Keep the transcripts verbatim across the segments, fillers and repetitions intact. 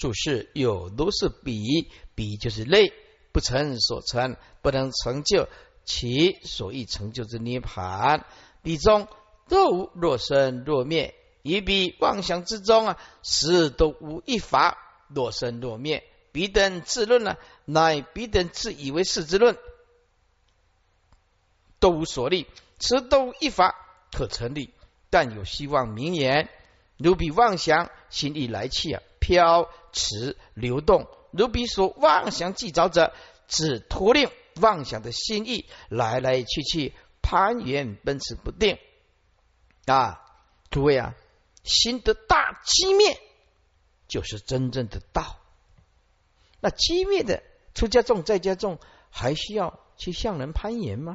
注释有如是比，比就是类，不成所成，不能成就其所欲成就之涅盘。彼中都无若生若灭，以彼妄想之中啊，实都无一法若生若灭。彼等自论呢、啊，乃彼等自以为是之论，都无所立，此都无一法可成立。但有希望明言，如彼妄想心意来去啊，飘驰流动，如彼所妄想既着者，只托令妄想的心意来来去去，攀援奔驰不定啊！诸位啊，心得大机灭，就是真正的道。那机灭的出家众在家众，还需要去向人攀援吗？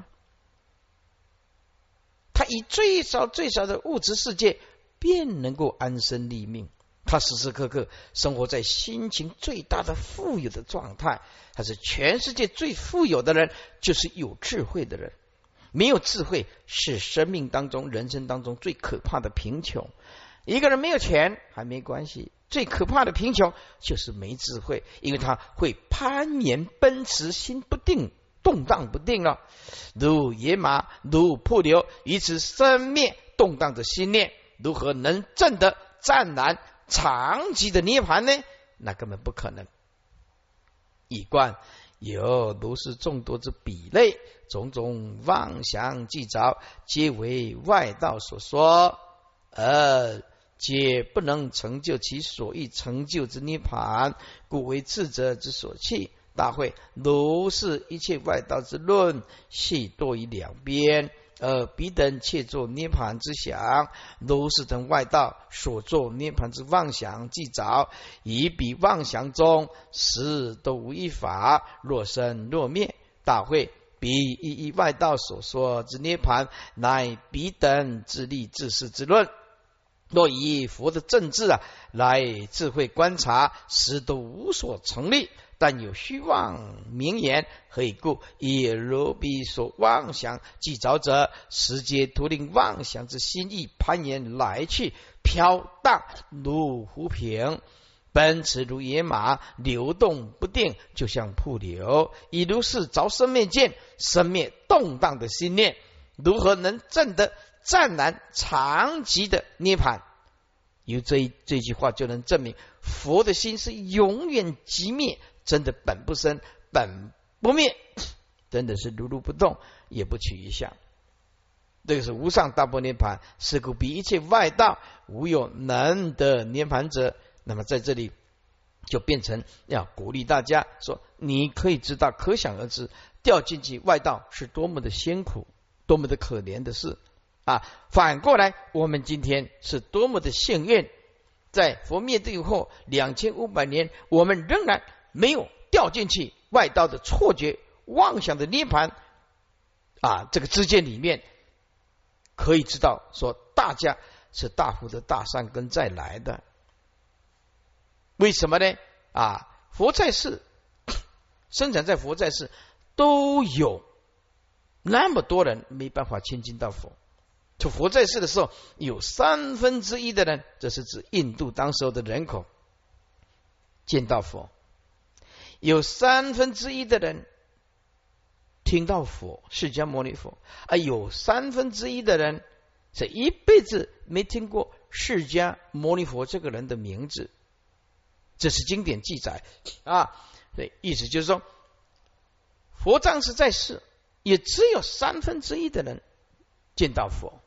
他以最少最少的物质世界便能够安身立命，他时时刻刻生活在心情最大的富有的状态。他是全世界最富有的人，就是有智慧的人。没有智慧是生命当中人生当中最可怕的贫穷。一个人没有钱还没关系，最可怕的贫穷就是没智慧，因为他会攀岩奔驰，心不定，动荡不定了，如野马，如瀑流，以此生灭动荡的心念，如何能证得湛然长期的涅盘呢？那根本不可能。以观有如是众多之比类，种种妄想既着，皆为外道所说，而皆不能成就其所欲成就之涅盘，故为智者之所弃。大会如是一切外道之论，系多于两边，而彼等窃作涅盘之想，如是等外道所作涅盘之妄想既着，以彼妄想中实都无一法若生若灭。大会彼一一外道所说之涅盘，乃彼等自立自是之论。若以佛的正智啊来智慧观察，实都无所成立。但有虚妄名言，何以故？以如彼所妄想既着者，实皆徒令妄想之心意攀岩来去，飘荡如浮萍，奔驰如野马，流动不定，就像瀑流。以如是着生灭见，生灭动荡的心念，如何能证得湛然长极的涅盘？由这一这句话就能证明，佛的心是永远寂灭，真的本不生，本不灭，真的是如如不动，也不取一相。这个是无上大般涅盘，是故比一切外道无有能得涅盘者。那么在这里就变成要鼓励大家说，你可以知道，可想而知，掉进去外道是多么的辛苦，多么的可怜的事啊！反过来，我们今天是多么的幸运，在佛灭度后两千五百年，我们仍然没有掉进去外道的错觉、妄想的涅盘啊！这个之间里面，可以知道说，大家是大福的大善根再来的。为什么呢？啊，佛在世，生产在佛在世，都有那么多人没办法亲近到佛。就佛在世的时候，有三分之一的人，这是指印度当时候的人口，见到佛；有三分之一的人听到佛，释迦牟尼佛，啊，有三分之一的人这一辈子没听过释迦牟尼佛这个人的名字。这是经典记载啊，对，意思就是说，佛当时在世，也只有三分之一的人见到佛。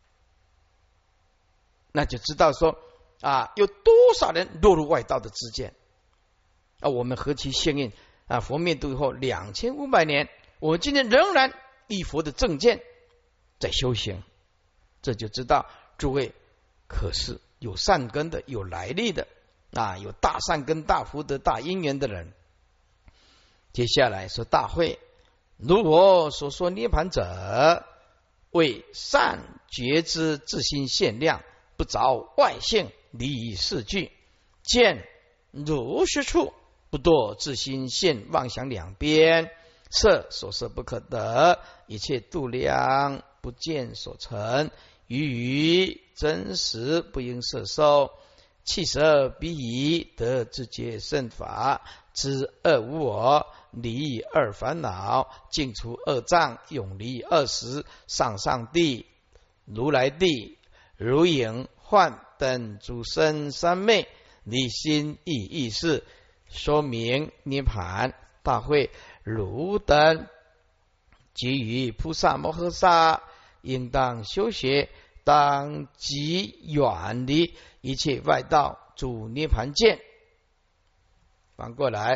那就知道说啊，有多少人落入外道的知见啊！我们何其幸运啊！佛灭度以后两千五百年，我们今天仍然依佛的正见在修行，这就知道诸位可是有善根的，有来历的啊，有大善根、大福德、大因缘的人。接下来说大会，如我所说涅盘者，为善觉之自心限量，不着外性，离世句，见如是处，不堕自心现妄想两边，色所摄不可得，一切度量不见所成，于于真实不应摄受。 气舍彼以得自觉圣法，知二无我，离二烦恼，净除二障，永离二识，上上地、如来地、如影幻等诸生三昧，离心意意识，说明涅盘大会汝等给予菩萨摩诃萨，应当修学，当即远离一切外道，主涅盘见。反过来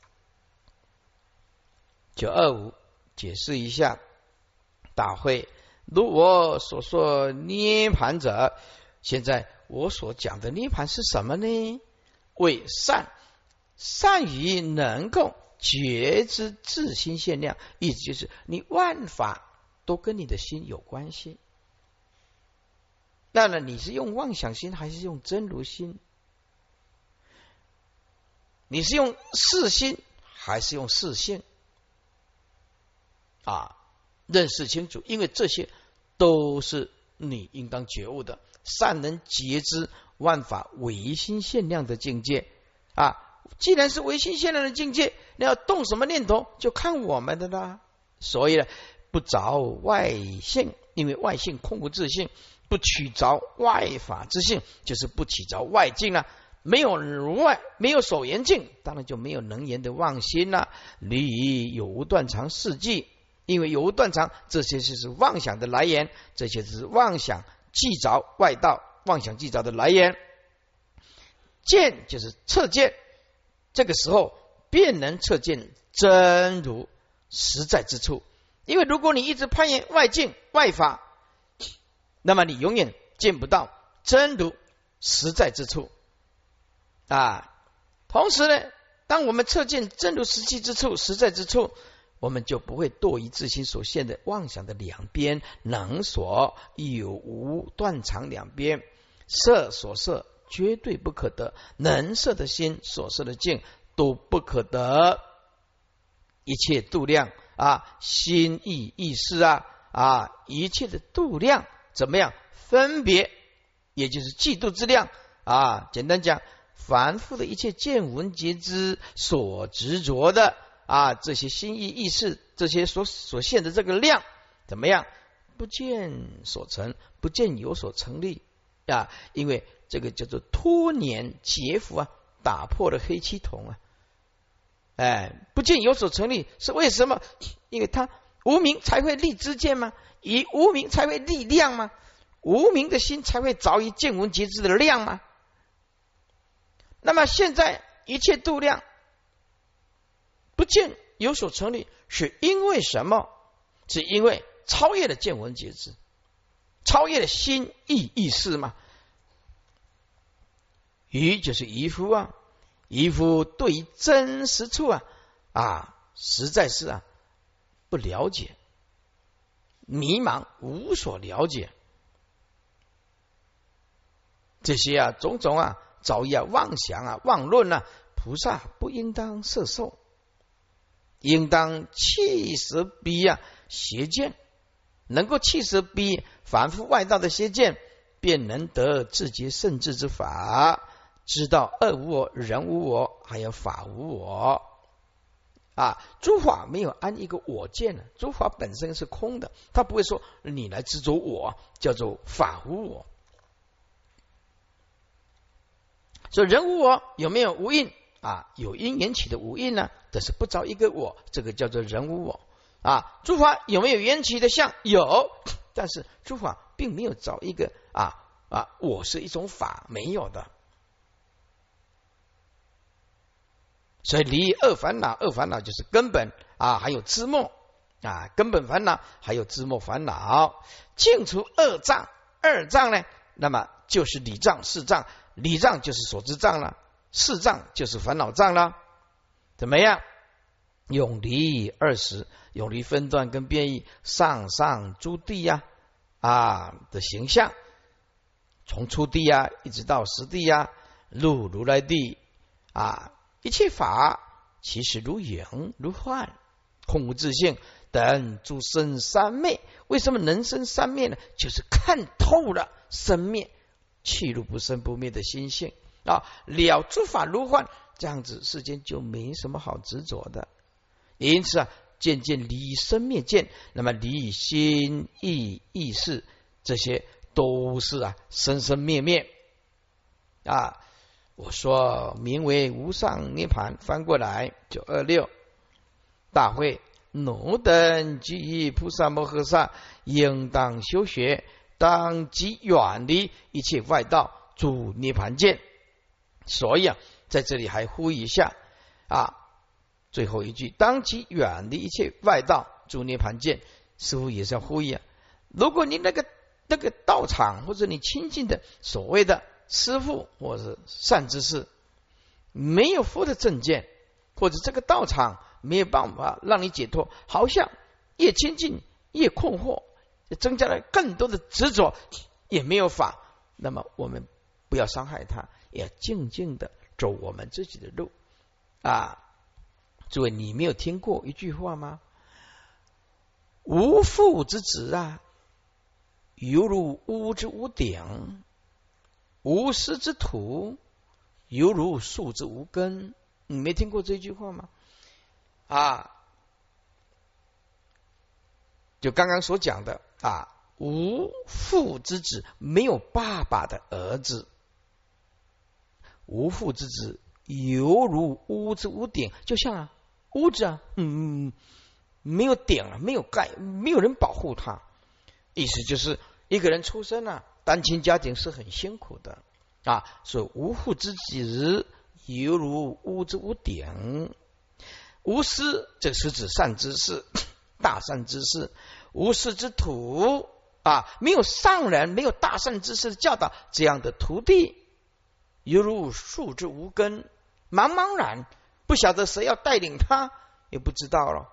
九二五解释一下，大会如我所说涅盘者，现在我所讲的涅盘是什么呢？为善，善于能够觉知自心限量，意思就是你万法都跟你的心有关系。那么你是用妄想心还是用真如心？你是用视心还是用视性？啊，认识清楚，因为这些都是你应当觉悟的。善能觉知万法唯心限量的境界啊！既然是唯心限量的境界，你要动什么念头，就看我们的啦。所以呢，不着外性，因为外性空无自性，不取着外法之性，就是不起着外境啊。没有外，没有所缘境，当然就没有能言的妄心啦、啊。离于有无断常事迹，因为有无断常，这些就是妄想的来源，这些是妄想记着外道，妄想记着的来源。见就是测见，这个时候便能测见真如实在之处。因为如果你一直攀岩外境外法，那么你永远见不到真如实在之处啊。同时呢，当我们测见真如实际之处实在之处，我们就不会堕于自心所现的妄想的两边，能所有无断常两边，色所摄绝对不可得，能摄的心所摄的境都不可得。一切度量啊，心意意识啊啊，一切的度量怎么样分别，也就是嫉妒之量啊。简单讲，凡夫的一切见闻觉知所执着的啊，这些心意意识，这些所所现的这个量怎么样？不见所成，不见有所成立啊！因为这个叫做脱年劫福啊，打破了黑漆铜啊！哎，不见有所成立是为什么？因为他无明才会立知见吗？以无明才会立量吗？无明的心才会着于见闻觉知的量吗？那么现在一切度量不见有所成立，是因为什么？是因为超越了见闻觉知，超越了心意意识嘛。愚就是愚夫啊，愚夫对于真实处啊啊，实在是啊不了解，迷茫，无所了解。这些啊种种啊早已啊妄想啊妄论啊，菩萨不应当摄受，应当弃舍彼啊邪见，能够弃舍彼凡夫外道的邪见，便能得自觉圣智之法，知道二无我、人无我，还有法无我啊。诸法没有安一个我见呢，诸法本身是空的，他不会说你来执着我，叫做法无我。所以人无我有没有无因啊？有因缘起的无因呢？这是不着一个我，这个叫做人无我啊。诸法有没有缘起的相？有，但是诸法并没有找一个啊啊，我是一种法，没有的。所以离二烦恼，二烦恼就是根本啊，还有枝末啊，根本烦恼还有枝末烦恼，净除二障，二障呢，那么就是理障、事障。理障就是所知障了，事障就是烦恼障了。怎么样？永离二识，永离分段跟变异，上上诸地呀 啊, 啊的形象，从初地啊一直到实地啊，入如来地啊，一切法其实如影如幻，空无自性等诸生三昧。为什么能生三昧呢？就是看透了生灭，去入不生不灭的心性啊，了诸法如幻，这样子世间就没什么好执着的。因此啊，渐渐离生灭见，那么离心意意识，这些都是啊生生灭灭啊。我说名为无上涅盘，翻过来九二六大会，汝等及菩萨摩诃萨，应当修学，当即远离一切外道，住涅盘见。所以啊，在这里还呼吁一下啊，最后一句，当即远离一切外道，住涅盘见。师父也是要呼吁啊，如果你那个那个道场或者你亲近的所谓的师父或者善知识没有佛的正见，或者这个道场没有办法让你解脱，好像越亲近越困惑，增加了更多的执着，也没有法，那么我们不要伤害他，也静静的走我们自己的路啊。诸位，你没有听过一句话吗？无父之子啊，犹如屋之无顶；无师之徒，犹如树之无根。你没听过这句话吗？啊，就刚刚所讲的啊，无父之子，没有爸爸的儿子；无父之子，犹如屋之无顶，就像啊屋子啊，嗯，没有顶了，没有盖，没有人保护他。意思就是一个人出生啊，单亲家庭是很辛苦的啊，所以无父之子犹如屋之无顶。无师，这是指善知识，大善知识；无师之徒啊，没有上人，没有大善知识的教导，这样的徒弟犹如树之无根，茫茫然，不晓得谁要带领他，也不知道了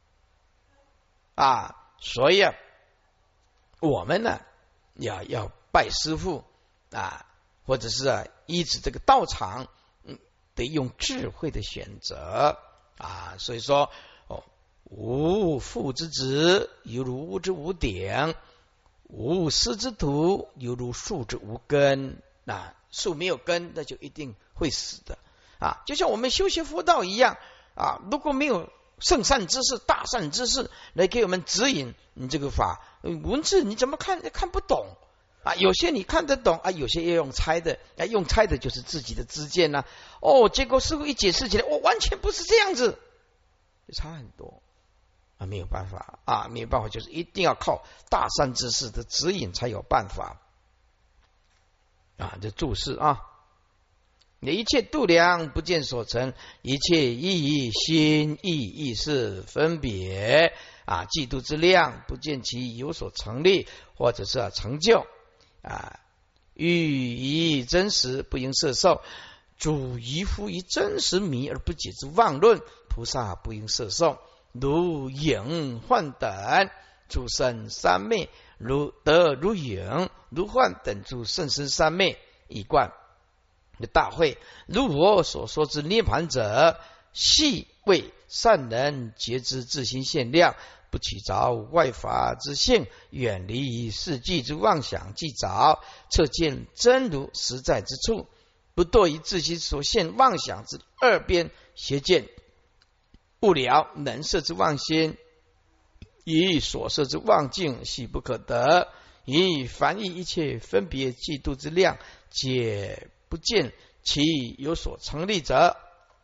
啊。所以啊，我们呢要要拜师父啊，或者是啊依止这个道场，嗯，得用智慧的选择啊。所以说哦，无父之子，犹如屋之无顶；无师之徒，犹如树之无根。那树没有根，那就一定会死的啊。就像我们修习佛道一样啊，如果没有圣善知识、大善知识来给我们指引，你这个法文字你怎么看看不懂啊？有些你看得懂啊，有些要用猜的，啊，用猜的就是自己的知见呐、啊。哦，结果师父一解释起来，我、哦、完全不是这样子，就差很多啊，没有办法啊，没有办法，就是一定要靠大善知识的指引才有办法啊。这注释啊。一切度量不见所成，一切意义心意意识分别啊，嫉妒之量不见其有所成立，或者是、啊、成就啊。欲以真实不应摄受，主疑夫以真实迷而不解之妄论，菩萨不应摄受。如影幻等诸生三昧，如得如影如幻等诸甚深三昧一贯大会，如我所说之涅盘者，系为善人觉知自心限量，不起着外法之性，远离世纪之妄想既着，彻见真如实在之处，不堕于自心所现妄想之二边邪见，不了能摄之妄心，以所摄之妄境系不可得，以凡异一切分别嫉妒之量，皆不见其有所成立者，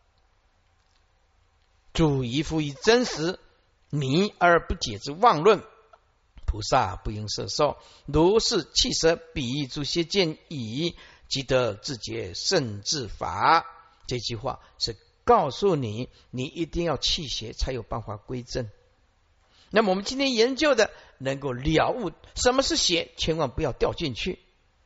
主疑夫以真实迷而不解之妄论，菩萨不应摄受。如是弃舍比喻诸邪见已，即得自觉圣智法。这句话是告诉你，你一定要弃邪才有办法归正。那么我们今天研究的能够了悟什么是邪，千万不要掉进去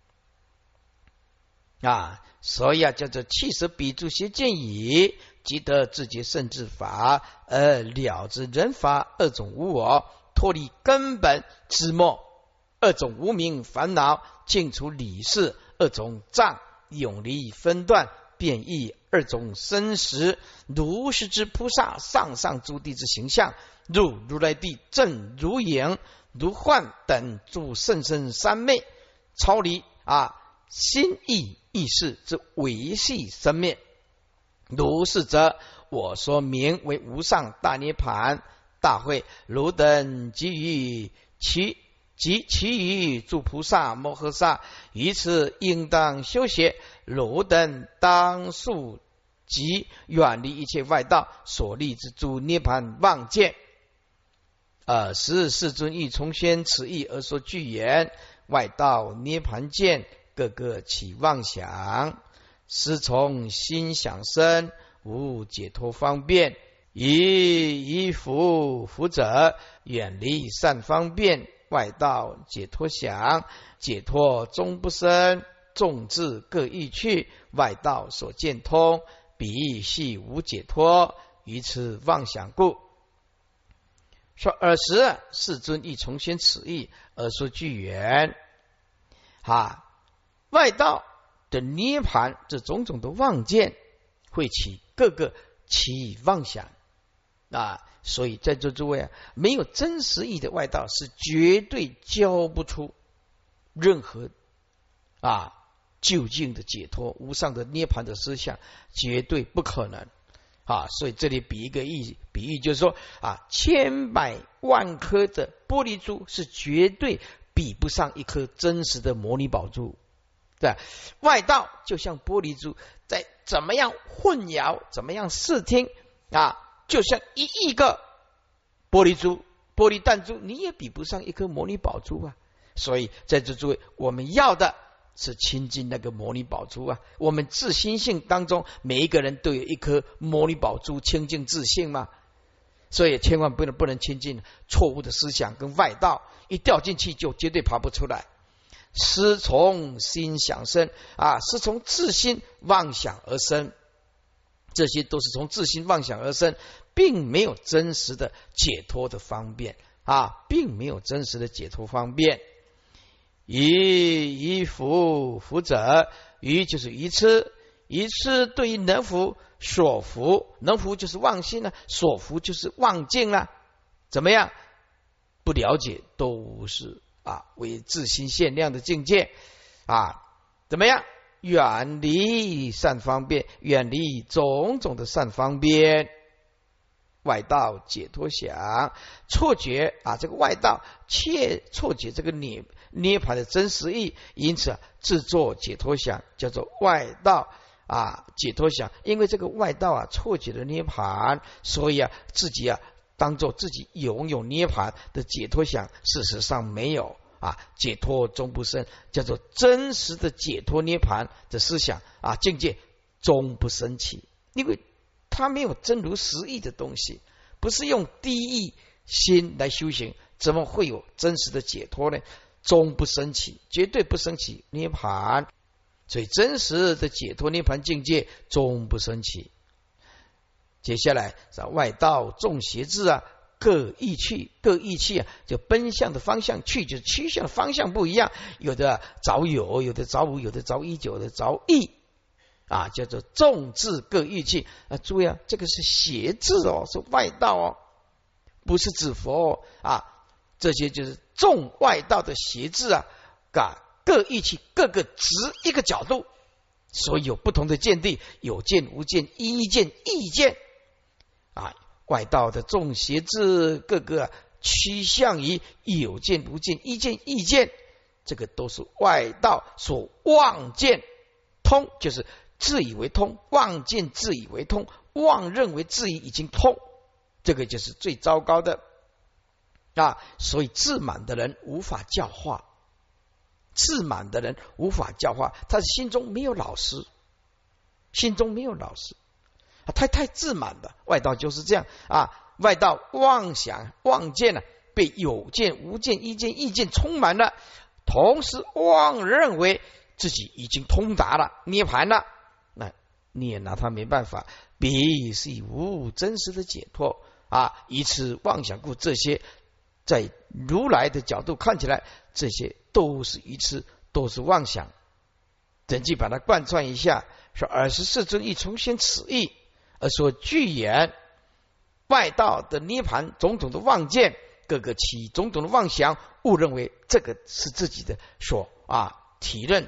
啊。所以啊，叫做弃舍比诸邪见已，即得自觉圣智法，而了知人法二种无我，脱离根本之末二种无明烦恼，净除理事二种障，永离分段，变异二种生实，如是之菩萨上上诸地之形象，如如来地正如影如幻等诸甚深三昧，超离啊心意意识之维系生灭。如是则我说名为无上大涅盘大会，汝等给予其及其余诸菩萨摩诃萨，于此应当修学。汝等当速即远离一切外道所立之诸涅盘妄见。尔时世尊欲重宣此义而说具言：外道涅盘见，个个起妄想，师从心想生，无解脱方便。以以福福者，远离善方便。外道解脱想，解脱终不生，众智各异去。外道所见通，彼系无解脱，于此妄想故。说尔时世尊亦重宣此义而说具言：哈，外道的涅盘，这种种的妄见，会起各个起妄想啊。所以在座诸位啊，没有真实义的外道是绝对教不出任何啊究竟的解脱无上的涅盘的思想，绝对不可能啊。所以这里比一个意比喻，就是说啊，千百万颗的玻璃珠是绝对比不上一颗真实的摩尼宝珠。对，外道就像玻璃珠，在怎么样混淆，怎么样视听啊，就像一亿个玻璃珠、玻璃弹珠，你也比不上一颗摩尼宝珠啊。所以在这诸位，我们要的是亲近那个摩尼宝珠啊。我们自心性当中，每一个人都有一颗摩尼宝珠，清净自性嘛。所以千万不能不能亲近错误的思想跟外道，一掉进去就绝对爬不出来。师从心想生啊，是从自心妄想而生，这些都是从自心妄想而生，并没有真实的解脱的方便啊，并没有真实的解脱方便。以以福福者，愚就是愚痴，愚痴对于能福所福，能福就是妄心了、啊，所福就是妄境了、啊，怎么样？不了解都是啊为自心限量的境界啊，怎么样？远离善方便，远离种种的善方便。外道解脱想，错觉啊，这个外道切错觉这个涅涅盘的真实义，因此、啊、制作解脱想叫做外道啊解脱想。因为这个外道啊错觉了涅盘，所以啊自己啊当做自己拥有涅盘的解脱想，事实上没有啊，解脱终不生，叫做真实的解脱涅盘的思想啊境界终不生起，因为他没有真如实义的东西，不是用第一心来修行，怎么会有真实的解脱呢？终不生起，绝对不生起涅盘，所以真实的解脱涅盘境界终不生起。接下来外道众邪智啊，各异去，各异去啊，就奔向的方向去，就是趋向的方向不一样，有的找有，有的找无，有的找一，有的找异啊，叫做众智各异去啊。注意啊，这个是邪智哦，是外道哦，不是指佛哦啊。这些就是众外道的邪智啊，各异去，各个执一个角度，所以有不同的见地，有见无见，一见异见啊。外道的众邪智，各个、啊、趋向于有见无见，一见异见，这个都是外道所妄见通，就是自以为通，妄见自以为通，妄认为自己已经通，这个就是最糟糕的啊。所以自满的人无法教化，自满的人无法教化，他心中没有老师，心中没有老师。太太自满的外道就是这样啊，外道妄想妄见了、啊，被有见无见一见意见充满了，同时妄认为自己已经通达了涅盘了，那你也拿他没办法，彼是无真实的解脱啊，以此妄想故，这些在如来的角度看起来，这些都是愚痴，都是妄想。整句把它贯穿一下，说二十四尊亦重宣此义而说具言，外道的涅盘种种的妄见，各个起种种的妄想，误认为这个是自己的所啊体认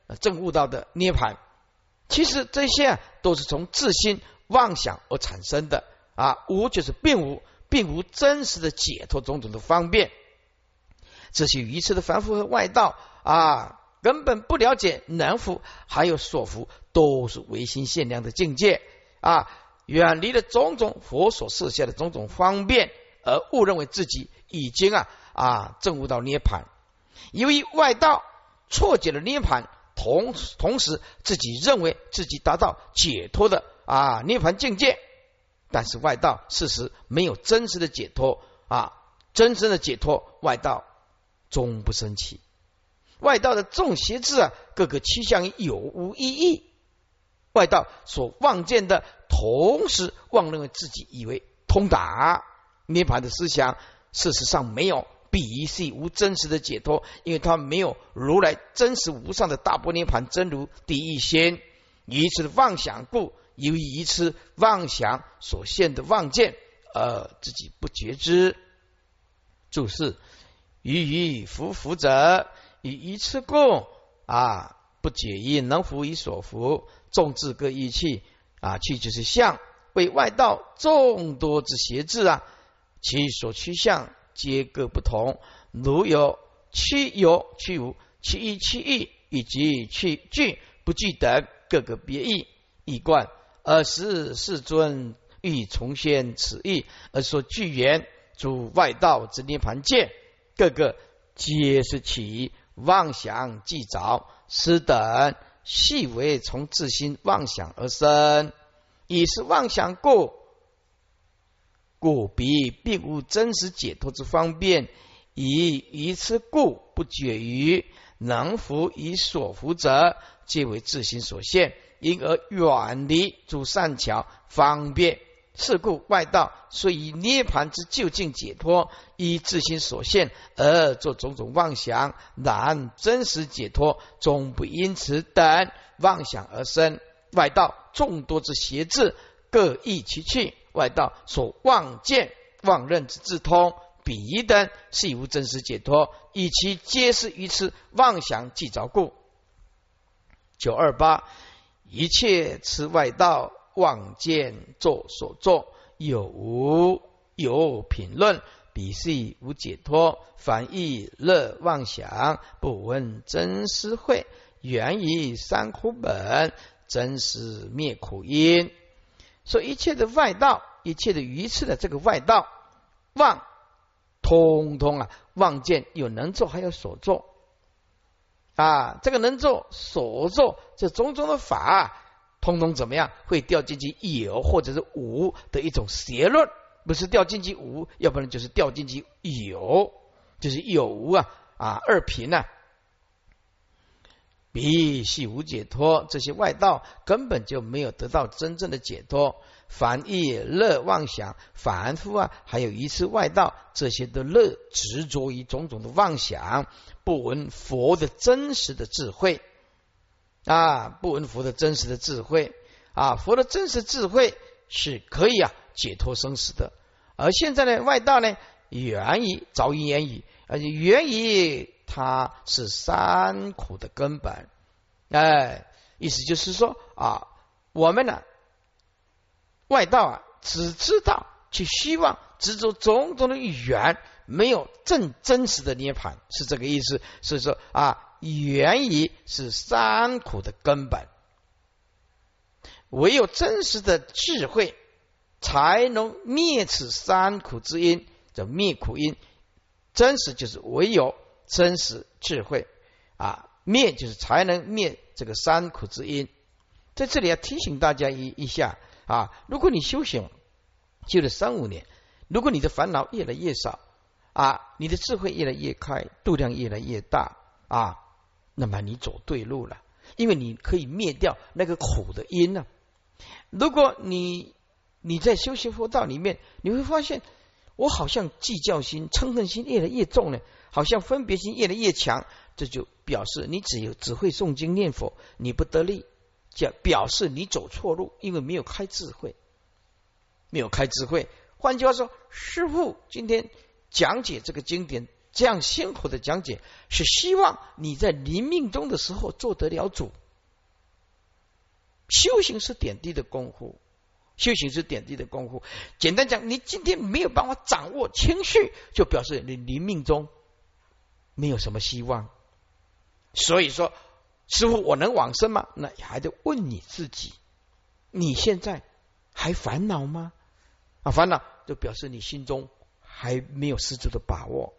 证悟到的涅盘。其实这些啊都是从自心妄想而产生的啊，无就是并无，并无真实的解脱种种的方便。这些愚痴的凡夫和外道啊，根本不了解能伏还有所伏都是唯心限量的境界啊，远离了种种佛所设下的种种方便，而误认为自己已经啊啊证悟到涅盘。由于外道错解了涅盘，同同时自己认为自己达到解脱的啊涅盘境界，但是外道事实没有真实的解脱啊，真正的解脱外道终不生起。外道的众邪智啊，各个趋向有无意义。外道所望见的，同时妄认为自己以为通达涅盘的思想，事实上没有，彼系无真实的解脱，因为他没有如来真实无上的大般涅盘真如第一心。愚痴的妄想故，由于愚痴妄想所现的妄见，而自己不觉知。注释：愚愚伏伏者，以愚痴故啊，不解于能伏以所伏，众智各异气啊，气就是相，为外道众多之邪智啊，其所趋向皆各不同，如有趋有趋无、趋一趋异以及趋具不具等，各个别异。一贯尔时世尊欲重现此意，而说具言诸外道之涅盘界，各个皆是起妄想计着，斯等细为从自心妄想而生，以是妄想故，故彼并无真实解脱之方便，以愚痴故不觉于能伏以所伏者，皆为自心所现，因而远离诸善巧方便。是故外道虽以涅盘之究竟解脱，依自心所现而做种种妄想，然真实解脱终不因此等妄想而生。外道众多之邪智，各异其趣。外道所妄见妄认之自通，彼等是无真实解脱，以其皆是愚痴妄想计着故。九二八，一切此外道妄见作所作，有无有品论，彼系无解脱，反亦乐妄想，不闻真实慧，源于三苦本，真实灭苦因。所以一切的外道，一切的愚痴的这个外道妄，通通啊妄见有能作还有所作啊，这个能作所作这种种的法，通通怎么样会掉进去有或者是无的一种邪论，不是掉进去无，要不然就是掉进去有，就是有无啊啊二品啊。彼系无解脱，这些外道根本就没有得到真正的解脱。凡亦乐妄想，凡夫啊，还有愚痴外道，这些的乐执着于种种的妄想，不闻佛的真实的智慧啊，不闻佛的真实的智慧啊，佛的真实智慧是可以啊解脱生死的。而现在呢，外道呢，源于早于言语，而且源于它是三苦的根本。哎，意思就是说啊，我们呢，外道啊，只知道去希望执着种种的语言，没有正真实的涅盘，是这个意思。所以说啊，源于是三苦的根本，唯有真实的智慧，才能灭此三苦之因，叫灭苦因。真实就是唯有真实智慧啊，灭就是才能灭这个三苦之因。在这里要提醒大家一一下啊，如果你修行修了三五年，如果你的烦恼越来越少啊，你的智慧越来越开，度量越来越大啊，那么你走对路了，因为你可以灭掉那个苦的因呢、啊。如果你你在修行佛道里面，你会发现我好像计较心、嗔恨心越来越重了，好像分别心越来越强，这就表示你只有只会诵经念佛，你不得力，就表示你走错路，因为没有开智慧，没有开智慧。换句话说，师父今天讲解这个经典这样辛苦的讲解，是希望你在临命终的时候做得了主。修行是点滴的功夫，修行是点滴的功夫。简单讲，你今天没有办法掌握情绪，就表示你临命终没有什么希望。所以说，师父，我能往生吗？那还得问你自己，你现在还烦恼吗？啊，烦恼就表示你心中还没有十足的把握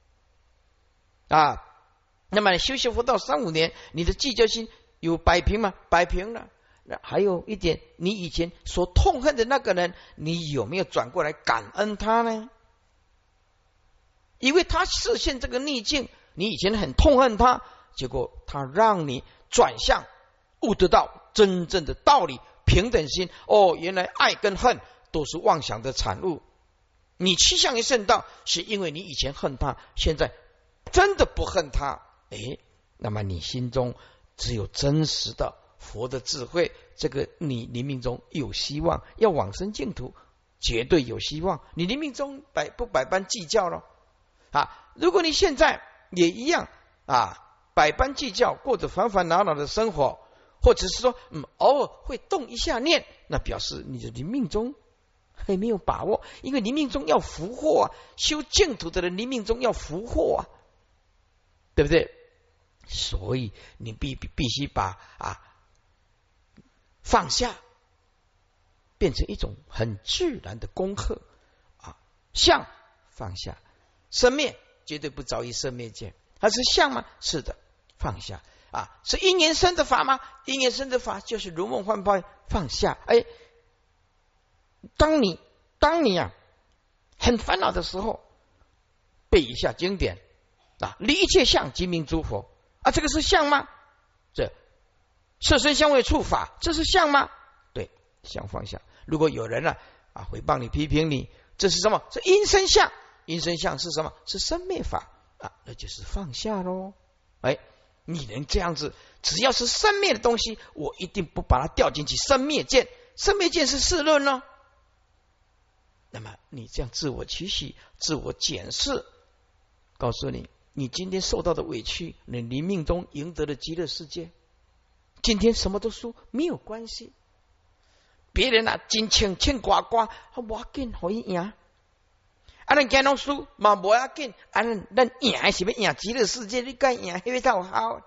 啊。那么修行佛道三五年，你的计较心有摆平吗？摆平了。那还有一点，你以前所痛恨的那个人，你有没有转过来感恩他呢？因为他视现这个逆境，你以前很痛恨他，结果他让你转向，悟得到真正的道理，平等心。哦，原来爱跟恨都是妄想的产物。你趋向于圣道，是因为你以前恨他，现在真的不恨他。诶，那么你心中只有真实的佛的智慧，这个你临命中有希望，要往生净土绝对有希望。你临命中百不百般计较了啊？如果你现在也一样啊，百般计较，过着烦烦恼恼的生活，或者是说嗯偶尔会动一下念，那表示你的临命中还没有把握，因为临命中要福祸啊，修净土的人临命中要福祸啊，对不对？所以你必必须把啊放下变成一种很自然的功课啊，相放下，生灭绝对不着于生灭界，它是相吗？是的，放下啊，是因缘生的法吗？因缘生的法就是如梦幻泡，放下。哎，当你当你啊很烦恼的时候，背一下经典啊，离一切相即名诸佛啊，这个是相吗？这色身香味触法，这是相吗？对，相放下。如果有人啊啊诽谤你、批评你，这是什么？是因身相。因身相是什么？是生灭法啊，那就是放下咯。哎，你能这样子，只要是生灭的东西，我一定不把它掉进去生灭见。生灭见是世论呢。那么你这样自我期许、自我检视，告诉你，你今天受到的委屈，你临命中赢得了极乐世界。今天什么都输没有关系，别人啊真清清呱呱，我紧可以赢。啊，咱今拢输嘛无要紧，啊，咱咱赢是要赢极乐世界，你该赢迄个套好，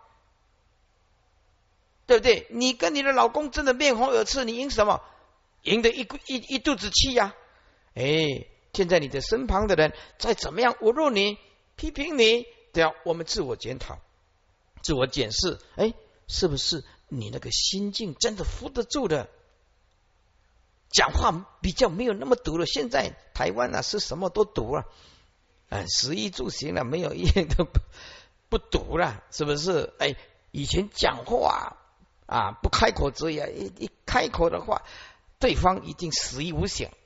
对不对？你跟你的老公真的面红耳赤，你赢什么？赢得一一一肚子气呀、啊！哎，现在你的身旁的人再怎么样侮辱你、批评你，都要我们自我检讨、自我检视。哎，是不是你那个心境真的扶得住的？讲话比较没有那么毒了。现在台湾啊是什么都毒了，啊，食衣住行了，没有一样都不不毒了，是不是？哎，以前讲话啊不开口则已，一一开口的话，对方一定死于无形。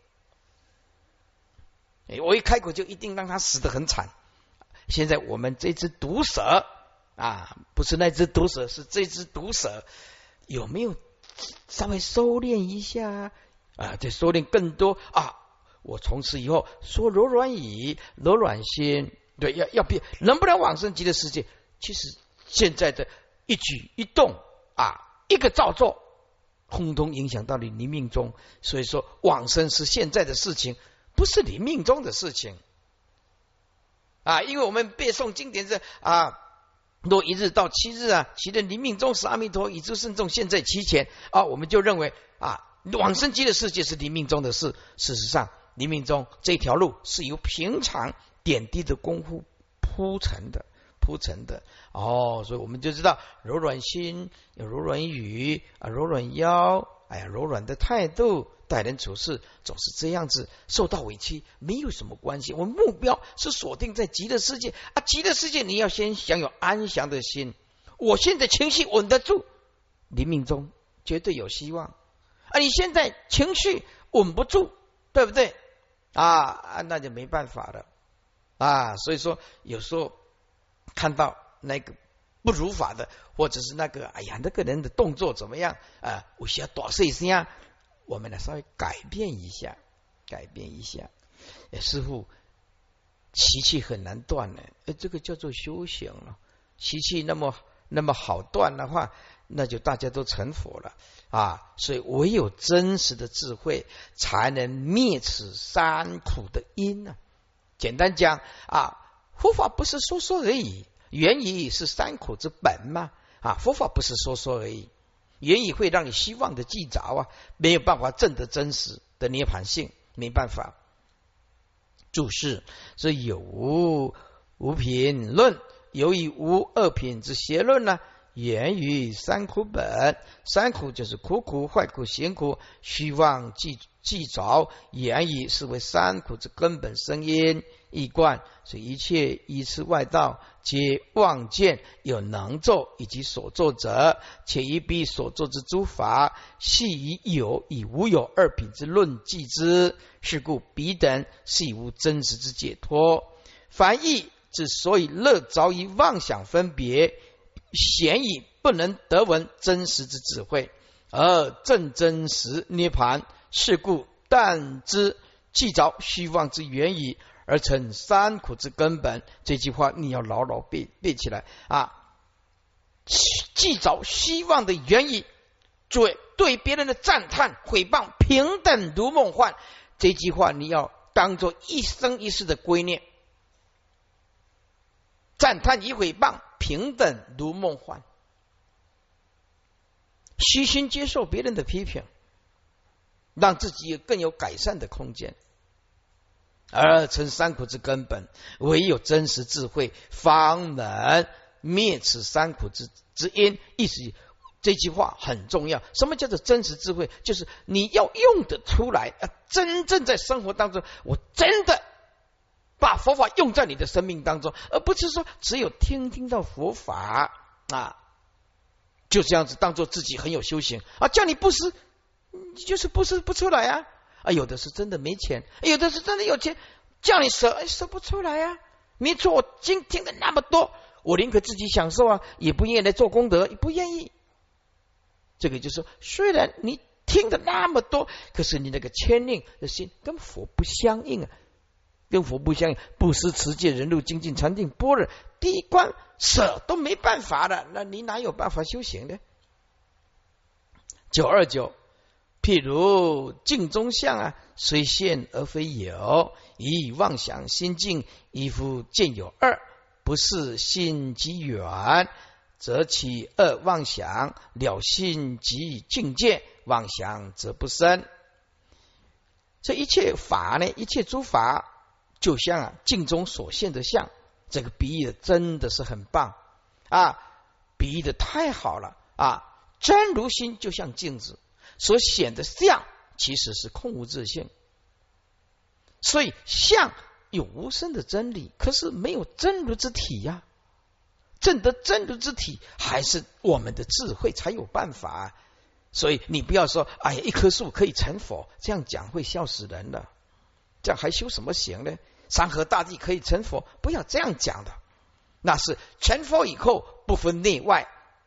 哎，我一开口就一定让他死得很惨。现在我们这只毒蛇啊，不是那只毒蛇，是这只毒蛇，有没有稍微收敛一下？啊，再收敛更多啊！我从此以后说柔软语、柔软心，对，要要变，能不能往生极乐世界？其实现在的一举一动啊，一个造作，通通影响到你临命中。所以说，往生是现在的事情，不是临命中的事情啊！因为我们背诵经典是啊，若一日到七日啊，其人临命终时，阿弥陀以诸圣众现在其前啊，我们就认为啊。往生极乐世界是临命中的事，事实上，临命中这条路是由平常点滴的功夫铺成的，铺成的哦。所以我们就知道，柔软心，有柔软语啊，柔软腰，哎呀，柔软的态度，待人处事总是这样子。受到委屈没有什么关系，我们目标是锁定在极乐世界啊。极乐世界你要先享有安详的心，我现在情绪稳得住，临命中绝对有希望。啊，你现在情绪稳不住，对不对？啊，那就没办法了啊。所以说，有时候看到那个不如法的，或者是那个哎呀，那个人的动作怎么样啊？我需要多说一声，我们来稍微改变一下，改变一下。师父习气很难断呢，哎，这个叫做修行了。习气那么那么好断的话，那就大家都成佛了啊！所以唯有真实的智慧，才能灭此三苦的因呢、啊。简单讲啊，佛法不是说说而已，原意是三苦之本嘛啊！佛法不是说说而已，原意会让你希望的记着啊，没有办法证得真实的涅槃性，没办法。注释是有无无品论，由于无二品之邪论呢，源于三苦本。三苦就是苦苦、坏苦、行苦，虚妄记记着，言语是为三苦之根本生因一贯。所以一切依次外道，皆妄见有能作以及所作者，且以彼所作之诸法，系以有以无有二品之论记之。是故彼等是以无真实之解脱。凡义之所以乐着于妄想分别，显以不能得闻真实之智慧，而正真实涅盘。是故但知记着虚妄之原理，而成三苦之根本。这句话你要牢牢背背起来啊！记着虚妄的原理，诸位对别人的赞叹毁谤平等如梦幻，这句话你要当作一生一世的归念。赞叹与毁谤平等如梦幻，虚心接受别人的批评，让自己更有改善的空间，而成三苦之根本。唯有真实智慧，方能灭此三苦之之因。意思这句话很重要。什么叫做真实智慧？就是你要用得出来啊！真正在生活当中，我真的把佛法用在你的生命当中，而不是说只有听听到佛法啊，就这样子当做自己很有修行啊，叫你布施，你就是布施不出来啊！啊，有的是真的没钱，有的是真的有钱，叫你舍，舍不出来啊！没错，我今听的那么多，我宁可自己享受啊，也不愿意来做功德，也不愿意。这个就是说，虽然你听的那么多，可是你那个牵令的心跟佛不相应啊，跟佛不相应。布施、持戒、忍辱、精进、禅定、般若，第一关舍都没办法了，那你哪有办法修行呢？九二九，譬如镜中相啊，虽现而非有，以妄想心境，亦复见有二，不是心即远，则起二妄想，了心即境界，妄想则不生。这一切法呢，一切诸法就像啊镜中所现的相，这个比喻的真的是很棒啊，比喻的太好了啊！真如心就像镜子，所显的相其实是空无自性，所以相有无生的真理，可是没有真如之体呀、啊。证得真如之体，还是我们的智慧才有办法、啊。所以你不要说，哎呀，一棵树可以成佛，这样讲会笑死人了。这样还修什么行呢？山河大地可以成佛，不要这样讲的。那是成佛以后不分内外，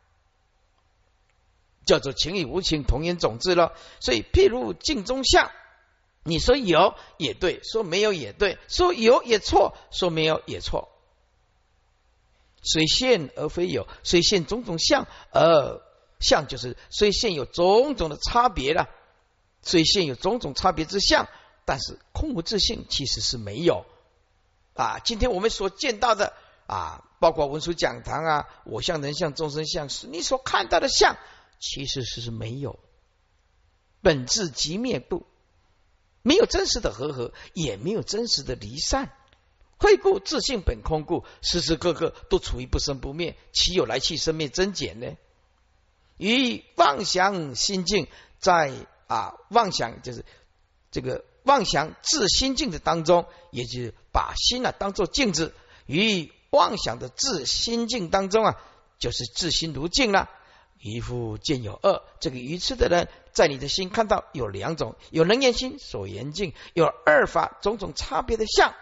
叫做情与无情同源种子了。所以譬如镜中相，你说有也对，说没有也对，说有也错，说没有也错。虽现而非有，虽现种种相，而相就是虽现有种种的差别了，虽现有种种差别之相，但是空无自性其实是没有啊。今天我们所见到的啊，包括文殊讲堂啊，我相、人相、众生相，是你所看到的相，其实是没有，本质即灭度，没有真实的和合，也没有真实的离散。慧故自性本空故，时时刻刻都处于不生不灭，岂有来去生灭增减呢？于妄想心境，在啊妄想就是这个妄想自心境的当中，也就是把心啊当作镜子，于妄想的自心境当中啊，就是自心如镜了。渔夫见有二，这个愚痴的人在你的心看到有两种，有能言心所言境，有二法种种差别的相。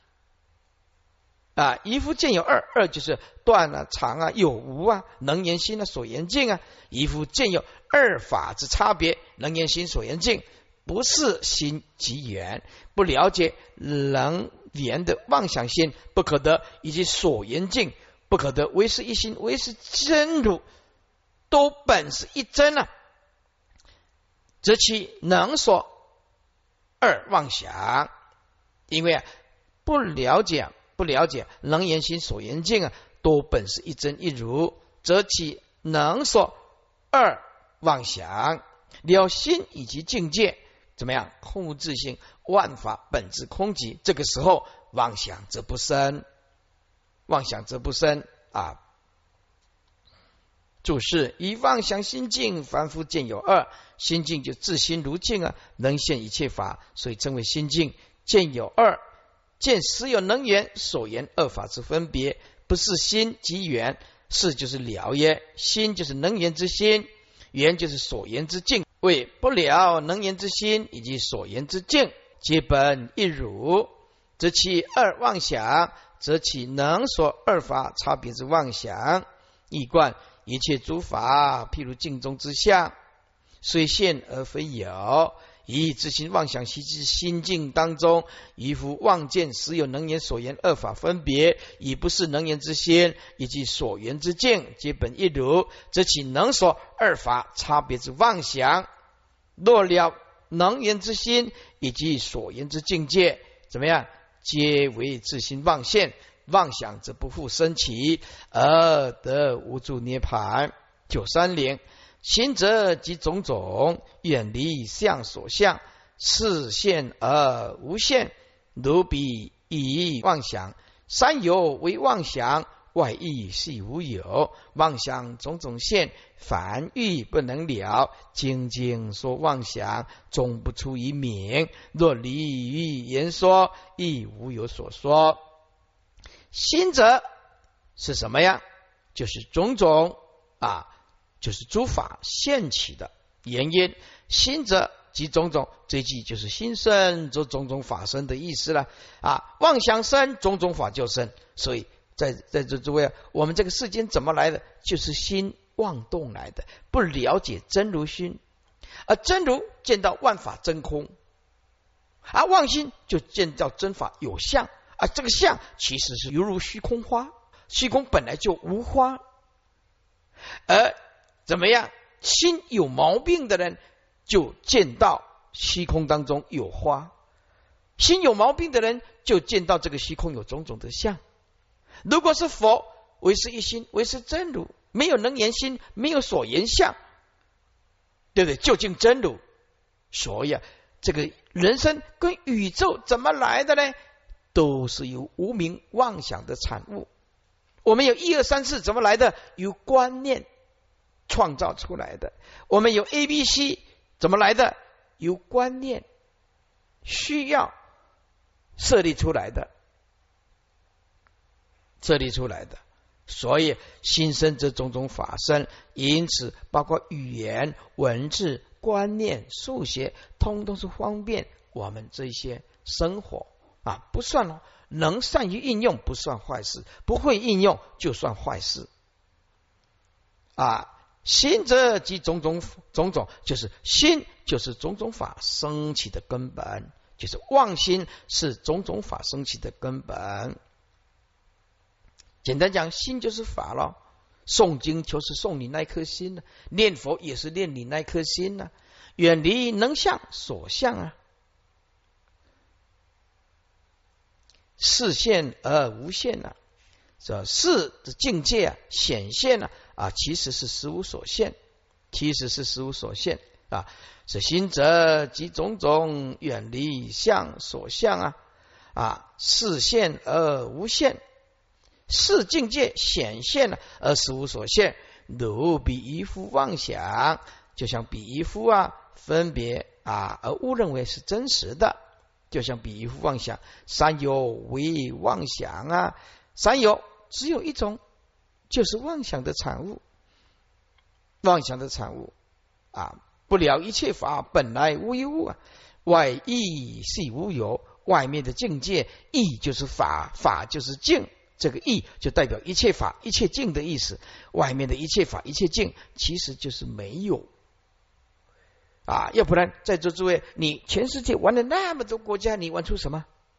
啊，渔夫见有二，二就是断啊、常啊、有无啊、能言心啊、所言境啊。渔夫见有二法之差别，能言心所言境，不是心即远，不了解能言的妄想心不可得，以及所言境不可得，唯是一心，唯是真如，都本是一真啊，则其能所二妄想。因为啊不了解不了解能言心所言境啊，都本是一真一如，则其能所二妄想。了心以及境界怎么样？控制性万法本质空寂，这个时候妄想则不生，妄想则不生啊。注释：以妄想心境，凡夫见有二，心境就自心如境啊，能现一切法，所以称为心境。见有二，见实有能言所言二法之分别，不是心即缘，是就是了耶。心就是能言之心，缘就是所言之境。为不了能言之心以及所言之境，皆本一如，则其二妄想，则其能所二法差别之妄想。一贯一切诸法，譬如镜中之相，虽现而非有。以自心妄想习之心境当中，一夫妄见实有能言所言二法分别，已不是能言之心以及所言之境，皆本一如，则其能所二法差别之妄想。若了能言之心以及所言之境界，怎么样？皆为自心妄现，妄想则不复生起，而得无助涅盘。九三零。行者即种种，远离相所相，是现而无现，如彼以妄想。三有为妄想，外意系无有，妄想种种现，凡欲不能了。经经说妄想，终不出于名。若离于言说，亦无有所说。行者是什么呀？就是种种啊。就是诸法现起的原因。心者即种种，这句就是心生则种种法生的意思了啊！妄想生，种种法就生。所以在在这诸位，我们这个世间怎么来的？就是心妄动来的，不了解真如心，而真如见到万法真空，而妄心就见到真法有相啊，这个相其实是犹如虚空花，虚空本来就无花，而怎么样？心有毛病的人就见到虚空当中有花，心有毛病的人就见到这个虚空有种种的相。如果是佛，唯是一心，唯是真如，没有能言心，没有所言相，对不对？究竟真如。所以啊，这个人生跟宇宙怎么来的呢？都是由无明妄想的产物。我们有一二三四怎么来的？由观念创造出来的。我们有 A B C 怎么来的？由观念需要设立出来的，设立出来的。所以心生则种种法生，因此包括语言、文字、观念、数学，通通是方便我们这些生活啊，不算哦，能善于应用不算坏事，不会应用就算坏事啊。心则即种种种种，就是心就是种种法生起的根本，就是妄心是种种法生起的根本。简单讲，心就是法了。诵经就是诵你那颗心呢、啊，念佛也是念你那颗心呢、啊。远离能相所相啊，视现而无现啊，这视的境界啊，显现啊。啊，其实是实无所现，其实是实无所现啊！是心者即种种，远离相所相啊！啊，视现而无现，视境界显现了，而实无所现。如彼一夫妄想，就像彼一夫啊，分别啊，而误认为是真实的，就像彼一夫妄想。三有为妄想啊，三有只有一种。就是妄想的产物，妄想的产物啊！不了一切法本来无一物啊，外意系无有，外面的境界，意就是法，法就是境，这个意就代表一切法、一切境的意思。外面的一切法、一切境，其实就是没有啊！要不然，在座诸位，你全世界玩了那么多国家，你玩出什么？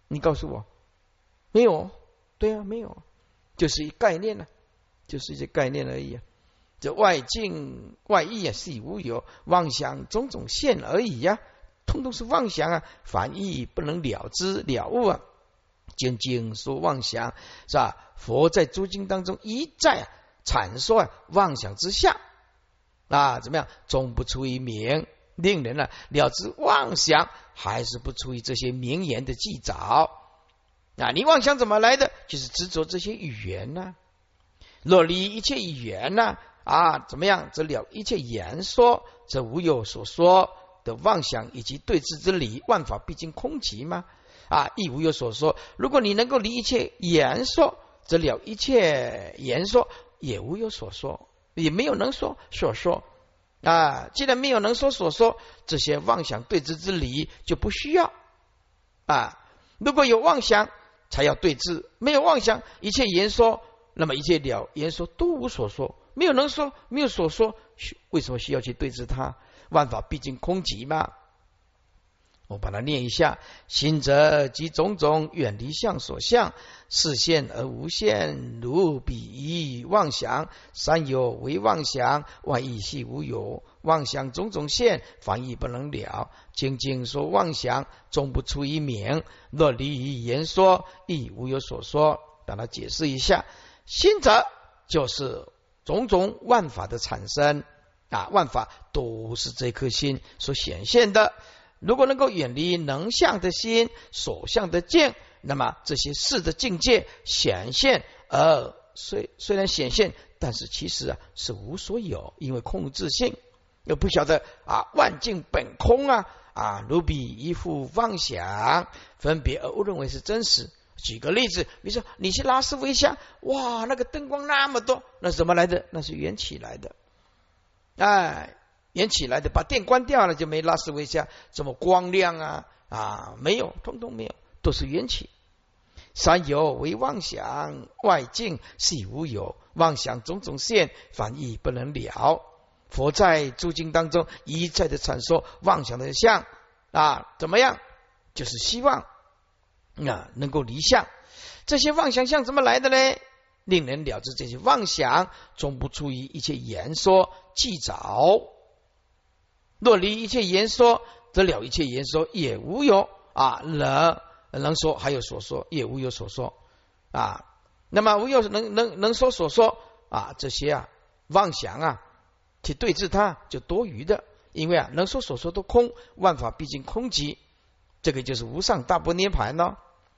你告诉我，没有？对啊，没有，就是一概念呢、啊，就是一些概念而已啊。这外境外意啊，是无有，妄想种种现而已呀、啊，通通是妄想啊，凡意不能了知了悟啊。经经说妄想是吧？佛在诸经当中一再、啊、阐说、啊、妄想之下啊，怎么样？终不出于名，令人呢、啊、了知妄想，还是不出于这些名言的记找啊？你妄想怎么来的？就是执着这些语言呢、啊。若离一切语言呢、啊？啊，怎么样？则了一切言说，则无有所说的妄想以及对峙之理，万法毕竟空寂吗？啊，亦无有所说。如果你能够离一切言说，则了一切言说，也无有所说，也没有能说所说啊。既然没有能说所说，这些妄想对峙之理就不需要啊。如果有妄想，才要对峙；没有妄想，一切言说，那么一切了言说都无所说，没有能说，没有所说，为什么需要去对峙它？万法毕竟空寂嘛。我把它念一下：心则即种种远离相所相，视现而无现，如彼疑妄想，三有为妄想，外意系无有，妄想种种现，凡亦不能了。经经说妄想，终不出一名，若离于言说，亦无有所说。把它解释一下，心则就是种种万法的产生啊，万法都是这颗心所显现的。如果能够远离能相的心、所相的境，那么这些事的境界显现，而虽虽然显现，但是其实啊是无所有，因为空无自性，又不晓得啊万境本空啊啊，如彼一副妄想，分别而误认为是真实。举个例子，比如说你去拉斯维加，哇，那个灯光那么多，那是怎么来的？那是缘起来的，哎。缘起来的，把电关掉了就没拉斯维加这么光亮啊啊，没有，通通没有，都是缘起。三有为妄想，外境是无有，妄想种种现，凡亦不能了。佛在诸经当中一再的阐说妄想的相啊，怎么样？就是希望啊能够离相。这些妄想相怎么来的呢？令人了知这些妄想终不出于一切言说记找。若离一切言说，则了一切言说也无有啊，能能说还有所说，也无有所说啊。那么无有能能能说所说啊，这些啊妄想啊去对治它就多余的，因为啊能说所说都空，万法毕竟空寂，这个就是无上大般涅盘呢。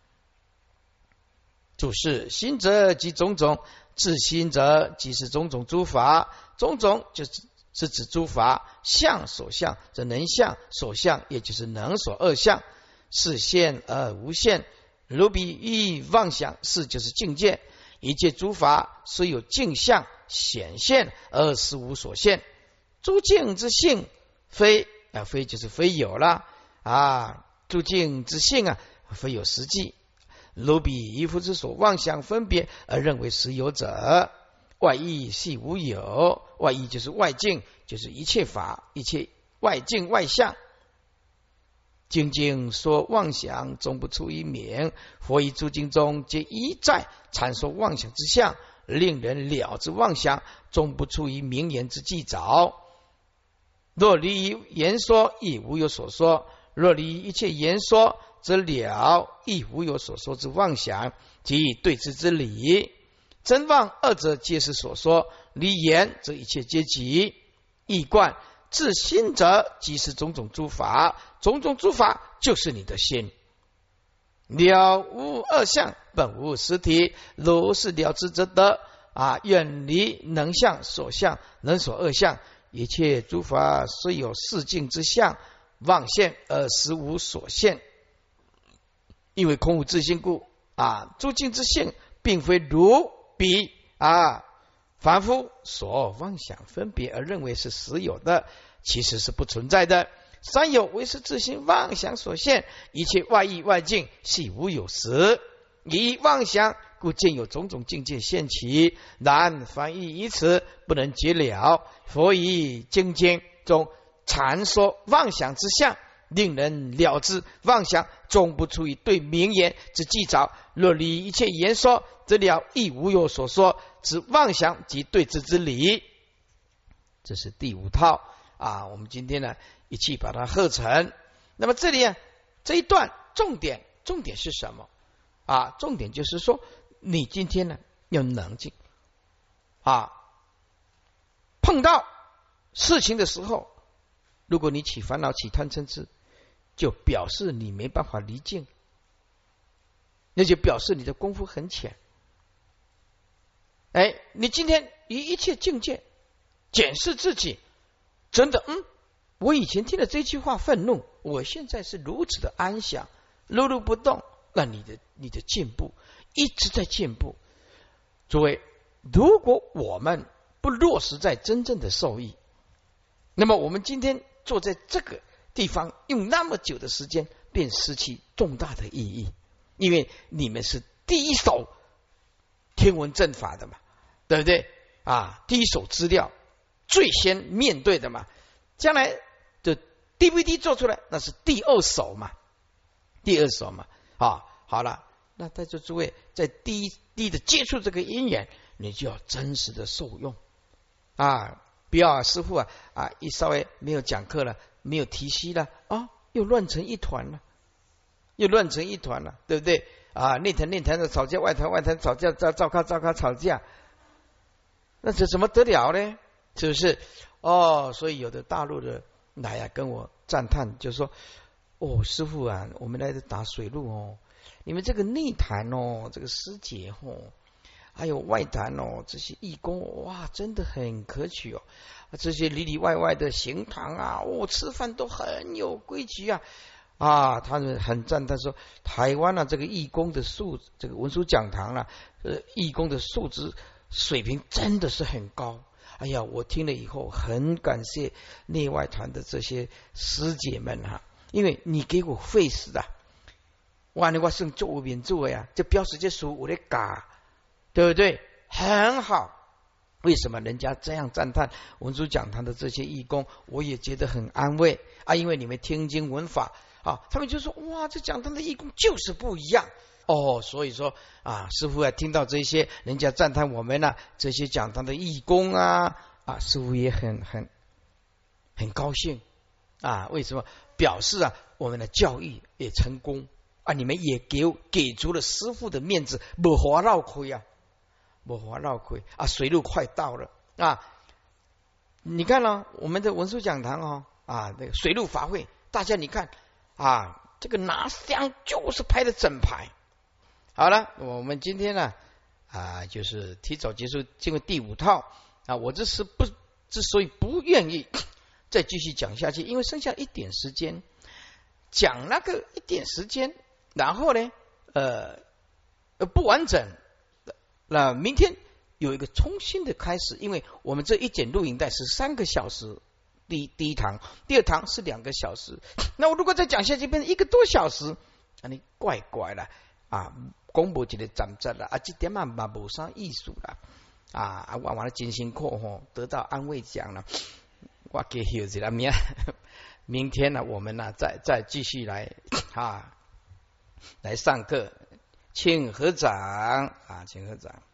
注释：心则即种种，自心则即是种种诸法，种种就是是指诸法，相所相则能相所相，也就是能所二相，是现而无现，如彼欲妄想，是就是境界。一切诸法虽有境相显现，而实无所现。诸境之性非啊，非就是非有了啊，诸境之性啊，非有实际。如彼一夫之所妄想分别而认为实有者，外意系无有，外意就是外境，就是一切法，一切外境外相。经经说妄想，终不出一名。佛于诸经中皆一再阐说妄想之相，令人了知妄想，终不出于名言之记找。若离于言说，亦无有所说；若离一切言说，则了亦无有所说之妄想及对峙之理。真妄二者皆是所说，离言则一切皆集。易观自心者，即是种种诸法，种种诸法就是你的心。了无二相，本无实体，如是了知则得啊！远离能相所相，能所二相。一切诸法虽有世境之相，妄现而实无所现，因为空无自性故啊！诸境之性，并非如彼啊凡夫所妄想分别而认为是实有的，其实是不存在的。三有为是自性妄想所现，一切外意外境系无有实，以妄想故见有种种境界现起，然凡亦以此不能解了。佛以经经中阐说妄想之相，令人了知妄想终不出于对名言之记着。若理一切言说，则了亦无有所说之妄想及对之之理。这是第五套啊，我们今天呢一起把它合成。那么这里啊这一段重点重点是什么啊？重点就是说，你今天呢要冷静啊，碰到事情的时候，如果你起烦恼起贪嗔痴，就表示你没办法离境，那就表示你的功夫很浅。哎，你今天以一切境界检视自己，真的，嗯，我以前听了这句话愤怒，我现在是如此的安详，如如不动，那你的你的进步一直在进步。诸位，如果我们不落实在真正的受益，那么我们今天坐在这个地方用那么久的时间，便失去重大的意义。因为你们是第一手天文正法的嘛，对不对啊？第一手资料最先面对的嘛，将来的 D V D 做出来，那是第二手嘛，第二手嘛。啊，好了，那在座诸位在第一第一的接触这个因缘，你就要真实的受用啊！不要啊，师父啊啊，一稍微没有讲课了，没有提息了啊，又乱成一团了，又乱成一团了，对不对啊？内坛内坛的吵架，外坛外坛吵架，照照咖照咖吵架，那这怎么得了呢？是不是？哦，所以有的大陆的来啊跟我赞叹，就说：“哦，师父啊，我们来打水路哦，你们这个内坛哦，这个师姐哦。”还有外坛哦，这些义工哇，真的很可取哦。这些里里外外的行堂啊，哦，吃饭都很有规矩啊啊，他们很赞叹说，台湾啊，这个义工的素，这个文殊讲堂啊，呃，义工的素质水平真的是很高。哎呀，我听了以后很感谢内外团的这些师姐们哈、啊，因为你给我费时啊，哇，你我剩做无免做呀，这表示这书我的嘎。对不对？很好。为什么人家这样赞叹文殊讲堂的这些义工？我也觉得很安慰啊，因为你们听经闻法啊，他们就说哇，这讲堂的义工就是不一样哦。所以说啊，师父啊，听到这些人家赞叹我们呢、啊，这些讲堂的义工啊啊，师父也很很很高兴啊。为什么？表示啊，我们的教育也成功啊，你们也给给足了师父的面子，不花绕亏啊。不花绕亏啊，水路快到了啊！你看呢、哦，我们的文殊讲堂哦啊，那个水路法会，大家你看啊，这个拿香就是拍的整排。好了，我们今天呢啊，就是提早结束，进入第五套啊。我这是不之所以不愿意再继续讲下去，因为剩下一点时间，讲那个一点时间，然后呢，呃，不完整。那明天有一个重新的开始，因为我们这一剪录影带是三个小时，第一第一堂，第二堂是两个小时。那我如果再讲下去，变成一个多小时，啊，你怪怪了啊！公布一个站质了啊，这点嘛嘛无啥艺术了啊！啊，我完了真辛苦吼，得到安慰奖了，我给休息了明明天呢，我们呢再再继续来啊来上课。请合掌啊，请合掌。